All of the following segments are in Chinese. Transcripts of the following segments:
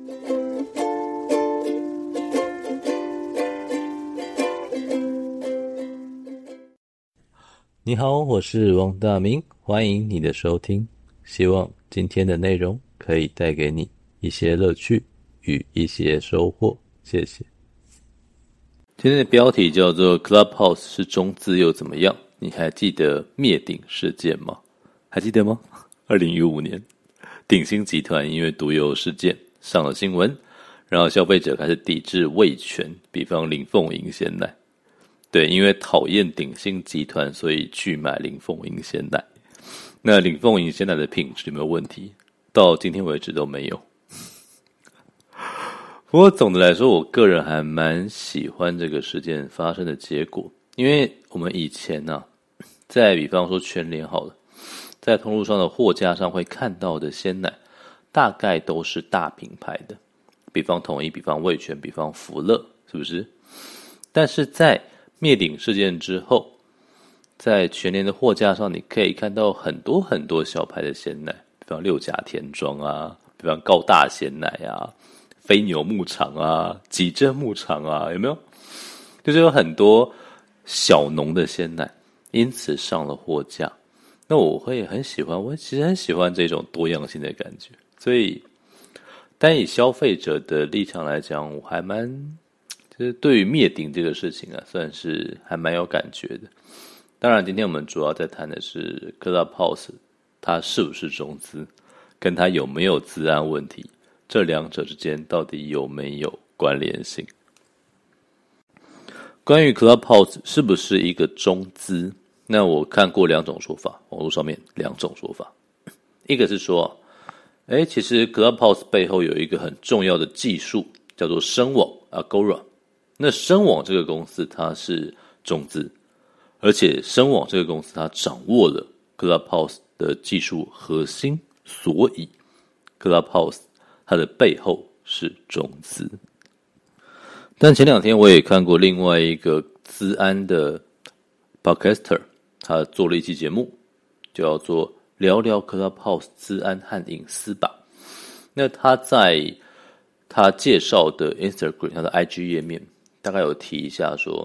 你好，我是王大明，欢迎你的收听。希望今天的内容可以带给你一些乐趣与一些收获，谢谢。今天的标题叫做 Clubhouse 是中资又怎么样？你还记得灭顶事件吗？还记得吗？2015年，鼎新集团因为毒油事件上了新闻，然后消费者开始抵制味全，比方林凤营鲜奶。对，因为讨厌鼎新集团，所以去买林凤营鲜奶。那林凤营鲜奶的品质有没有问题？到今天为止都没有。不过总的来说，我个人还蛮喜欢这个事件发生的结果，因为我们以前在比方说全联好了，在通路上的货架上会看到的鲜奶，大概都是大品牌的，比方统一，比方味全，比方福乐，是不是？但是在灭顶事件之后，在全联的货架上，你可以看到很多很多小牌的鲜奶，比方六甲田庄啊，比方高大鲜奶啊，飞牛牧场啊，吉珍牧场啊，有没有？就是有很多小农的鲜奶，因此上了货架。那我会很喜欢，我其实很喜欢这种多样性的感觉。所以，单以消费者的立场来讲，我还蛮。就是对于灭顶这个事情算是还蛮有感觉的。当然，今天我们主要在谈的是 Clubhouse 它是不是中资，跟它有没有资安问题，这两者之间到底有没有关联性？关于 Clubhouse 是不是一个中资，那我看过两种说法，网络上面两种说法。一个是说，其实 Clubhouse 背后有一个很重要的技术，叫做声网 Agora。那声网这个公司它是中资，而且声网这个公司它掌握了 Clubhouse 的技术核心，所以 Clubhouse 它的背后是中资。但前两天我也看过另外一个资安的 podcaster， 他做了一期节目，叫做聊聊 Clubhouse 资安和隐私吧。那他在他介绍的 Instagram 他的 IG 页面大概有提一下说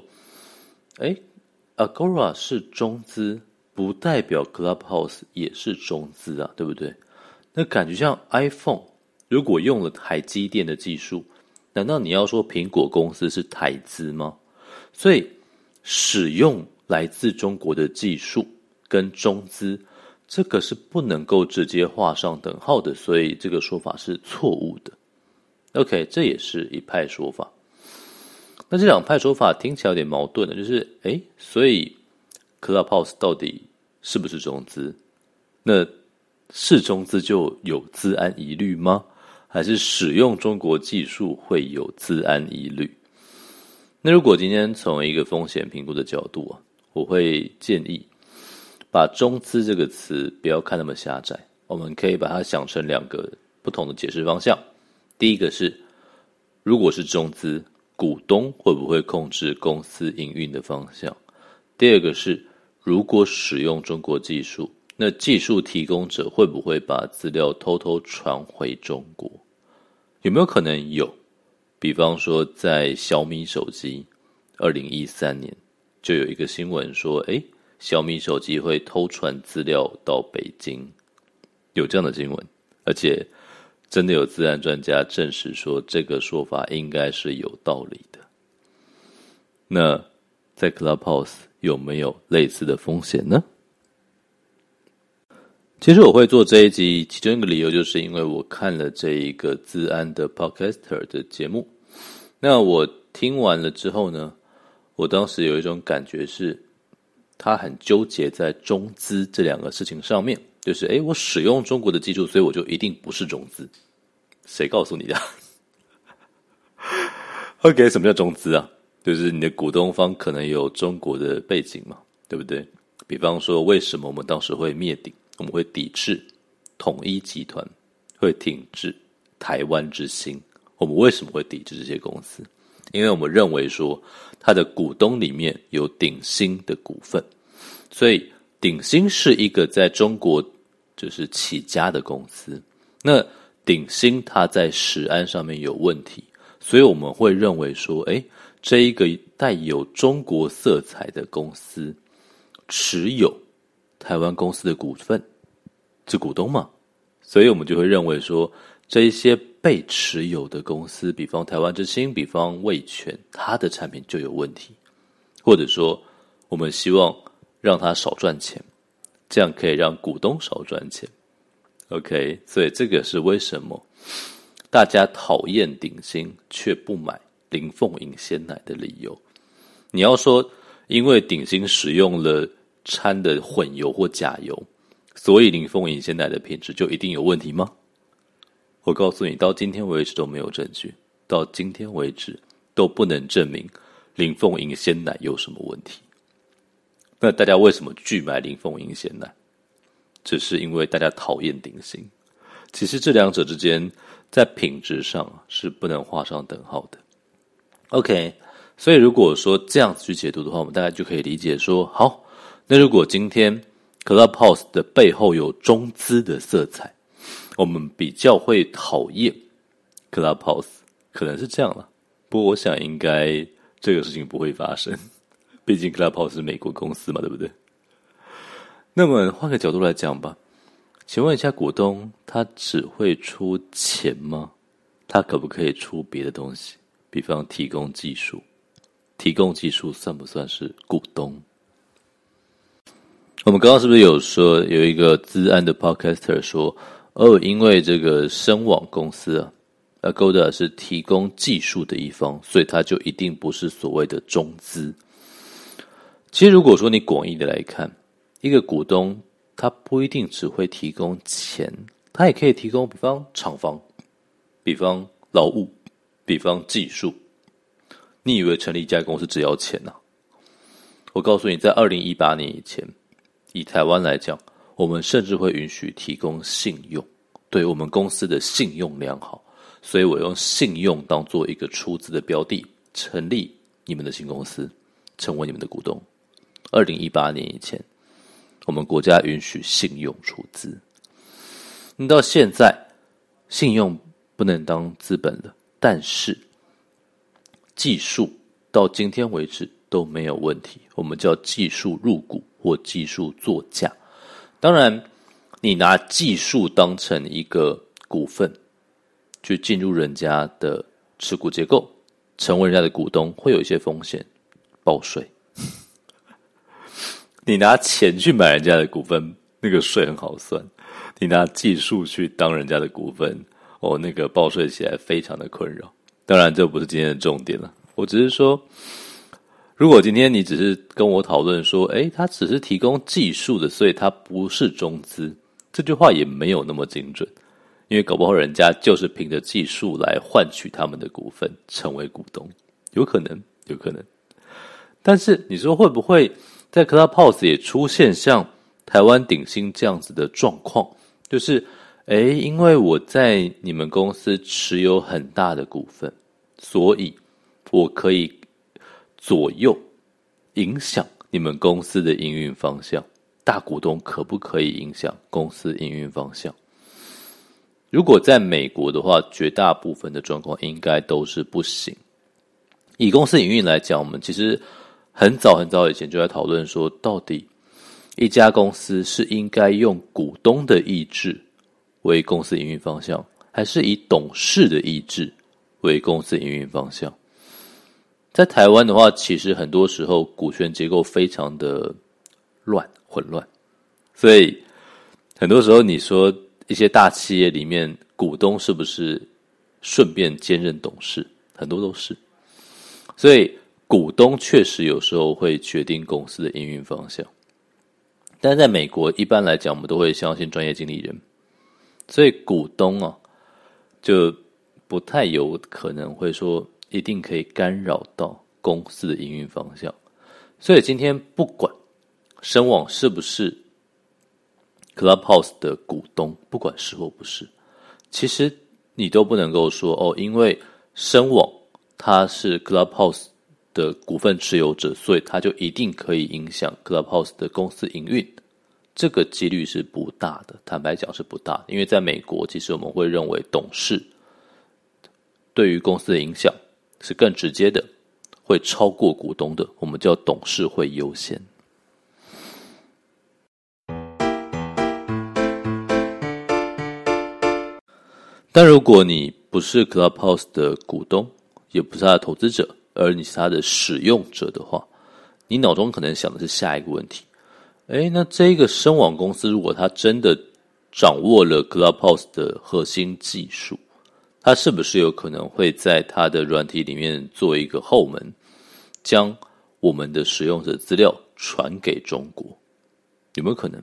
Agora 是中资，不代表 Clubhouse 也是中资啊，对不对？那感觉像 iPhone 如果用了台积电的技术，难道你要说苹果公司是台资吗？所以使用来自中国的技术跟中资，这个是不能够直接画上等号的，所以这个说法是错误的。OK， 这也是一派说法。那这两派说法听起来有点矛盾的，就是所以 Clubhouse 到底是不是中资？那是中资就有资安疑虑吗？还是使用中国技术会有资安疑虑？那如果今天从一个风险评估的角度我会建议把中资这个词不要看那么狭窄，我们可以把它想成两个不同的解释方向。第一个是，如果是中资，股东会不会控制公司营运的方向？第二个是，如果使用中国技术，那技术提供者会不会把资料偷偷传回中国？有没有可能有？比方说在小米手机2013年就有一个新闻说小米手机会偷传资料到北京，有这样的新闻，而且真的有资安专家证实说这个说法应该是有道理的。那在 Clubhouse 有没有类似的风险呢？其实我会做这一集，其中一个理由就是因为我看了这一个资安的 podcaster 的节目。那我听完了之后呢，我当时有一种感觉是，他很纠结在中资这两个事情上面，就是我使用中国的技术，所以我就一定不是中资。谁告诉你的？OK， 什么叫中资啊？就是你的股东方可能有中国的背景嘛，对不对？比方说，为什么我们当时会灭顶？我们会抵制统一集团，会挺制台湾之星。我们为什么会抵制这些公司？因为我们认为说，它的股东里面有鼎新的股份，所以鼎新是一个在中国就是起家的公司。那鼎新它在食安上面有问题，所以我们会认为说，这一个带有中国色彩的公司持有台湾公司的股份，是股东嘛？所以我们就会认为说，这一些被持有的公司，比方台湾之星，比方味全，它的产品就有问题，或者说我们希望让它少赚钱，这样可以让股东少赚钱。OK， 所以这个是为什么大家讨厌鼎新却不买林凤营鲜奶的理由。你要说因为鼎新使用了掺的混油或假油，所以林凤营鲜奶的品质就一定有问题吗？我告诉你，到今天为止都没有证据，到今天为止都不能证明林凤营鲜奶有什么问题。那大家为什么拒买林凤营鲜奶？只是因为大家讨厌鼎新。其实这两者之间在品质上是不能画上等号的。OK， 所以如果说这样子去解读的话，我们大概就可以理解说，好，那如果今天 Clubhouse 的背后有中资的色彩，我们比较会讨厌 Clubhouse， 可能是这样了。不过我想应该这个事情不会发生，毕竟 Clubhouse 是美国公司嘛，对不对？那么换个角度来讲吧，请问一下，股东他只会出钱吗？他可不可以出别的东西？比方提供技术，提供技术算不算是股东？我们刚刚是不是有说有一个资安的 podcaster 说，因为这个声网公司Agoda 是提供技术的一方，所以它就一定不是所谓的中资。其实如果说你广义的来看，一个股东他不一定只会提供钱，他也可以提供比方厂房，比方劳务，比方技术。你以为成立一家公司只要钱啊？我告诉你，在2018年以前，以台湾来讲，我们甚至会允许提供信用，对我们公司的信用良好，所以我用信用当做一个出资的标的，成立你们的新公司，成为你们的股东。2018年以前，我们国家允许信用出资。到现在，信用不能当资本了，但是技术到今天为止都没有问题，我们叫技术入股或技术作价。当然，你拿技术当成一个股份去进入人家的持股结构，成为人家的股东，会有一些风险，报税。你拿钱去买人家的股份，那个税很好算；你拿技术去当人家的股份，那个报税起来非常的困扰。当然，这不是今天的重点了。我只是说，如果今天你只是跟我讨论说，他只是提供技术的，所以他不是中资，这句话也没有那么精准，因为搞不好人家就是凭着技术来换取他们的股份，成为股东，有可能，有可能。但是你说会不会在 Clubhouse 也出现像台湾鼎新这样子的状况，就是因为我在你们公司持有很大的股份，所以我可以左右影响你们公司的营运方向。大股东可不可以影响公司营运方向？如果在美国的话，绝大部分的状况应该都是不行。以公司营运来讲，我们其实很早很早以前就在讨论说，到底一家公司是应该用股东的意志为公司营运方向，还是以董事的意志为公司营运方向？在台湾的话，其实很多时候股权结构非常的混乱，所以很多时候你说一些大企业里面股东是不是顺便兼任董事，很多都是。所以股东确实有时候会决定公司的营运方向，但是在美国一般来讲我们都会相信专业经理人，所以股东就不太有可能会说一定可以干扰到公司的营运方向。所以今天不管声网是不是 Clubhouse 的股东，不管是或不是，其实你都不能够说因为声网它是 Clubhouse 的股份持有者，所以它就一定可以影响 Clubhouse 的公司营运。 这个几率是不大的，坦白讲是不大的，因为在美国，其实我们会认为董事对于公司的影响是更直接的，会超过股东的，我们叫董事会优先。但如果你不是 Clubhouse 的股东，也不是他的投资者，而你是他的使用者的话，你脑中可能想的是下一个问题，那这个声网公司如果他真的掌握了 Clubhouse 的核心技术，他是不是有可能会在他的软体里面做一个后门，将我们的使用者资料传给中国？有没有可能？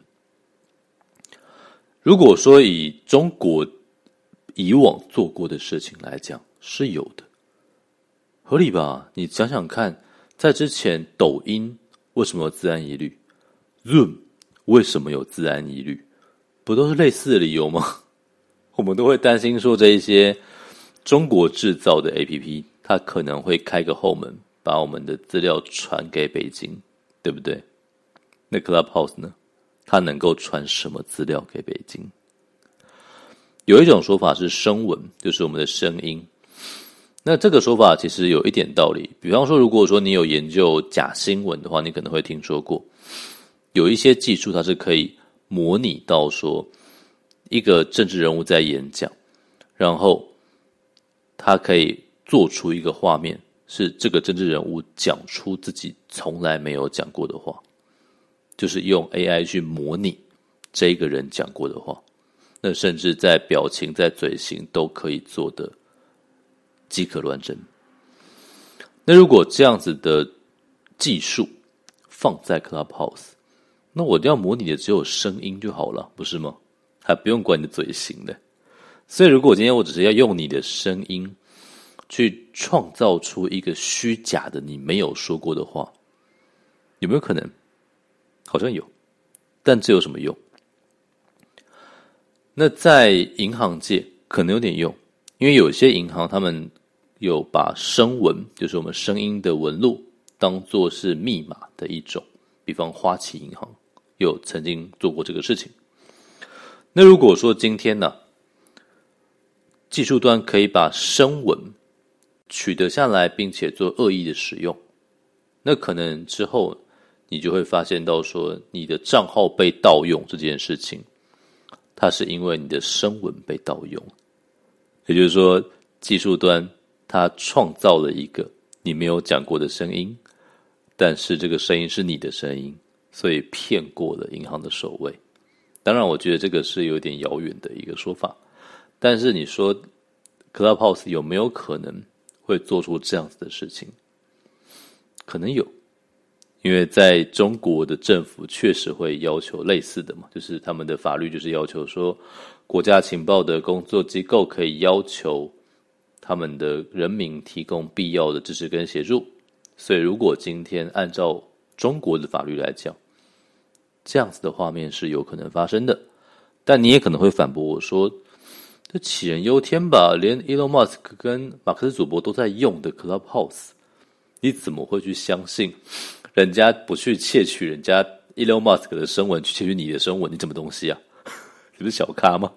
如果说以中国以往做过的事情来讲，是有的，合理吧？你想想看，在之前抖音为什么有资安疑虑？ Zoom 为什么有资安疑虑？不都是类似的理由吗？我们都会担心说这一些中国制造的 APP 它可能会开个后门，把我们的资料传给北京，对不对？那 Clubhouse 呢？它能够传什么资料给北京？有一种说法是声纹，就是我们的声音。那这个说法其实有一点道理，比方说如果说你有研究假新闻的话，你可能会听说过有一些技术它是可以模拟到说一个政治人物在演讲，然后他可以做出一个画面，是这个政治人物讲出自己从来没有讲过的话，就是用 AI 去模拟这个人讲过的话，那甚至在表情在嘴型都可以做得即可乱真。那如果这样子的技术放在 Clubhouse， 那我要模拟的只有声音就好了，不是吗？还不用管你的嘴型的。所以如果今天我只是要用你的声音去创造出一个虚假的你没有说过的话，有没有可能？好像有，但这有什么用？那在银行界可能有点用，因为有些银行他们有把声纹，就是我们声音的纹路当作是密码的一种，比方花旗银行有曾经做过这个事情。那如果说今天呢，技术端可以把声纹取得下来，并且做恶意的使用，那可能之后你就会发现到说，你的账号被盗用这件事情，它是因为你的声纹被盗用，也就是说，技术端它创造了一个你没有讲过的声音，但是这个声音是你的声音，所以骗过了银行的守卫。当然，我觉得这个是有点遥远的一个说法，但是你说 Clubhouse 有没有可能会做出这样子的事情？可能有。因为在中国的政府确实会要求类似的嘛，就是他们的法律就是要求说，国家情报的工作机构可以要求他们的人民提供必要的支持跟协助。所以如果今天按照中国的法律来讲，这样子的画面是有可能发生的。但你也可能会反驳我说，这杞人忧天吧，连 Elon Musk 跟马克思祖博都在用的 Clubhouse， 你怎么会去相信人家不去窃取人家 Elon Musk 的声纹，去窃取你的声纹，你什么东西啊？你不是小咖吗？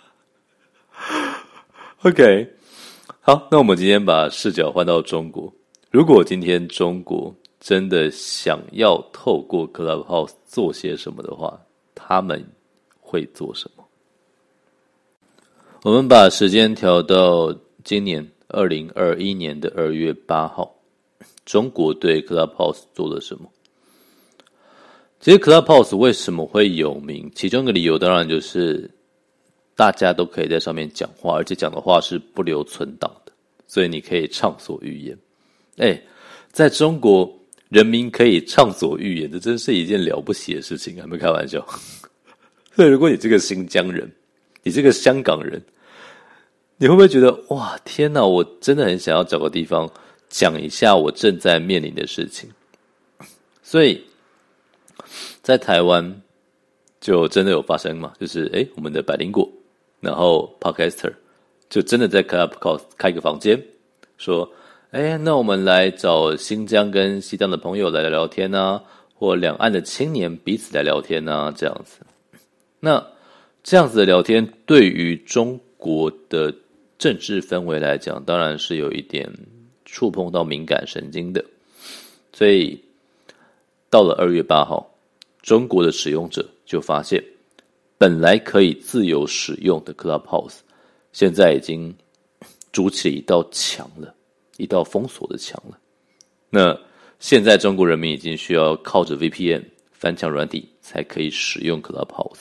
OK， 好，那我们今天把视角换到中国。如果今天中国真的想要透过 Clubhouse 做些什么的话，他们会做什么？我们把时间调到今年2021年的2月8号。中国对 Clubhouse 做了什么？其实 Clubhouse 为什么会有名？其中一个理由当然就是大家都可以在上面讲话，而且讲的话是不留存档的，所以你可以畅所欲言。在中国人民可以畅所欲言，这真是一件了不起的事情，还没开玩笑。所以如果你这个新疆人，你这个香港人，你会不会觉得哇天哪，我真的很想要找个地方讲一下我正在面临的事情。所以在台湾就真的有发生嘛，就是我们的百灵果，然后 Podcaster 就真的在 Clubhouse 开一个房间，说那我们来找新疆跟西藏的朋友来聊聊天啊， 或两岸的青年彼此来聊天啊，这样子。那这样子的聊天对于中国的政治氛围来讲，当然是有一点触碰到敏感神经的。所以到了2月8号，中国的使用者就发现，本来可以自由使用的 Clubhouse 现在已经筑起一道墙了，一道封锁的墙了。那现在中国人民已经需要靠着 VPN 翻墙软体才可以使用 Clubhouse。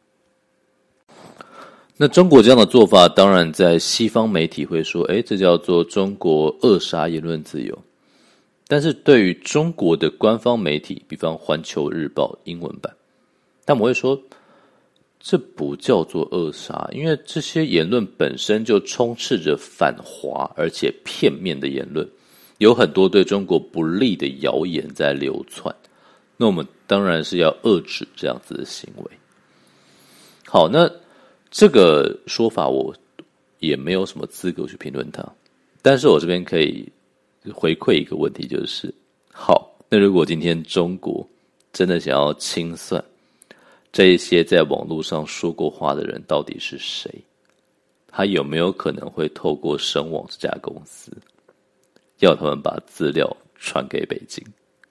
那中国这样的做法，当然在西方媒体会说，这叫做中国扼杀言论自由。但是对于中国的官方媒体，比方环球日报英文版，他们会说，这不叫做扼杀，因为这些言论本身就充斥着反华而且片面的言论，有很多对中国不利的谣言在流窜。那我们当然是要遏制这样子的行为。好，那这个说法我也没有什么资格去评论它，但是我这边可以回馈一个问题，就是好，那如果今天中国真的想要清算这一些在网络上说过话的人到底是谁，他有没有可能会透过声网这家公司要他们把资料传给北京？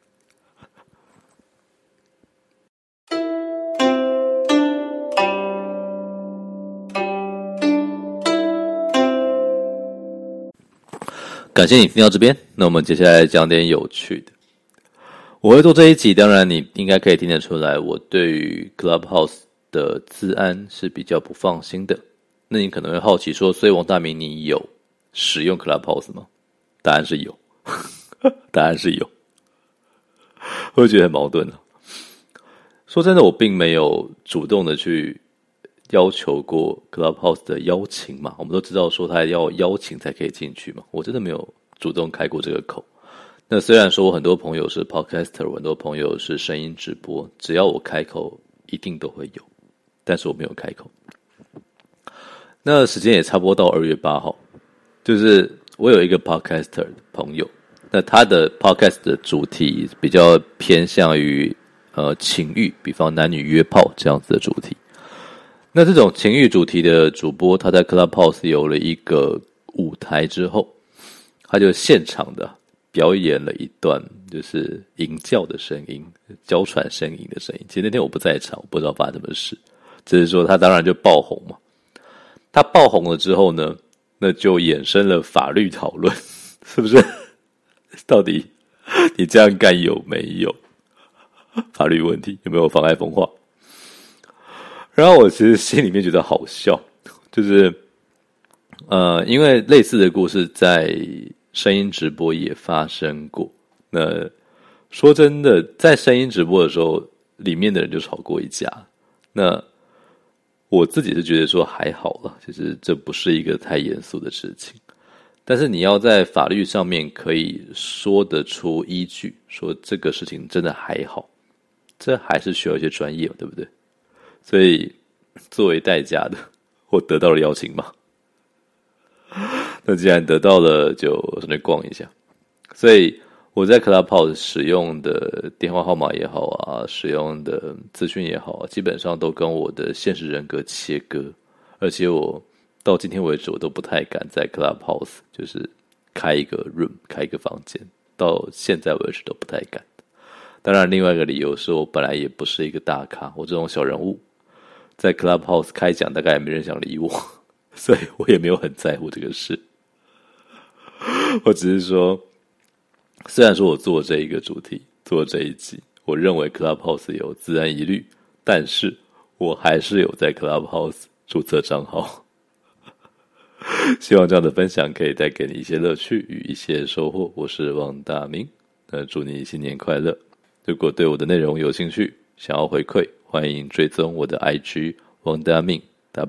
感谢你听到这边，那我们接下来讲点有趣的。我会做这一集，当然你应该可以听得出来，我对于 Clubhouse 的资安是比较不放心的。那你可能会好奇说，所以王大明你有使用 Clubhouse 吗？答案是有，答案是有。会觉得很矛盾啊。说真的，我并没有主动的去要求过 Clubhouse 的邀请嘛，我们都知道说他要邀请才可以进去嘛，我真的没有主动开过这个口。那虽然说我很多朋友是 podcaster， 我很多朋友是声音直播，只要我开口一定都会有，但是我没有开口。那时间也差不多到2月8号，就是我有一个 podcaster 的朋友，那他的 podcast 的主题比较偏向于情欲，比方男女约炮这样子的主题。那这种情欲主题的主播，他在 Clubhouse 有了一个舞台之后，他就现场的表演了一段就是淫叫的声音，娇喘呻吟的声音。其实那天我不在场，我不知道发生什么事，只是说他当然就爆红嘛。他爆红了之后呢，那就衍生了法律讨论，是不是？到底你这样干有没有法律问题？有没有妨碍风化？然后我其实心里面觉得好笑，就是因为类似的故事在声音直播也发生过。那说真的，在声音直播的时候，里面的人就吵过一架。那我自己是觉得说还好了，其实这不是一个太严肃的事情。但是你要在法律上面可以说得出依据，说这个事情真的还好，这还是需要一些专业，对不对？所以作为代价的，我得到了邀请嘛。那既然得到了，就上去逛一下。所以我在 Clubhouse 使用的电话号码也好啊，使用的资讯也好啊，基本上都跟我的现实人格切割。而且我到今天为止，我都不太敢在 Clubhouse 就是开一个 room， 开一个房间，到现在为止都不太敢。当然，另外一个理由是我本来也不是一个大咖，我这种小人物，在 Clubhouse 开讲，大概也没人想理我，所以我也没有很在乎这个事。我只是说，虽然说我做这一个主题，做这一集，我认为 Clubhouse 有资安疑虑，但是我还是有在 Clubhouse 注册账号。希望这样的分享可以带给你一些乐趣与一些收获。我是王大明，祝你新年快乐。如果对我的内容有兴趣，想要回馈，欢迎追踪我的 IG 王大明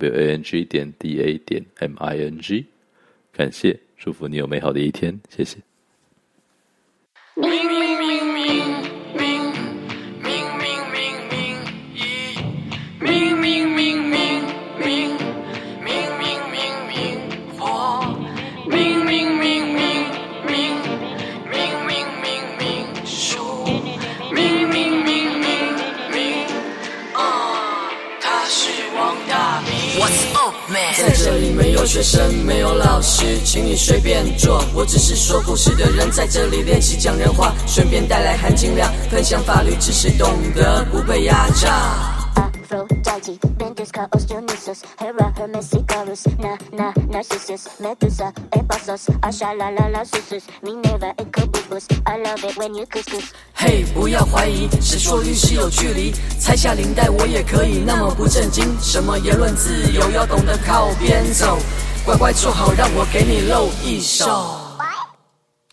WANG.DA.MING。感谢，祝福你有美好的一天，谢谢。 明明请你随便做，我只是说故事的人，在这里练习讲人话，顺便带来含金量，分享法律知识，懂得不被压榨。 Aphrodite, Ventus, Chaos, Dionysus, Hera, Hermes, Icarus, Narcissus, Medusa, Ephasus, Ashalalala, Susus, Minerva, Incubus, I love it when you couscous. 嘿，不要怀疑，是说律师有距离，拆下领带我也可以那么不正经。什么言论自由，要懂得靠边走，乖乖坐好，让我给你露一手。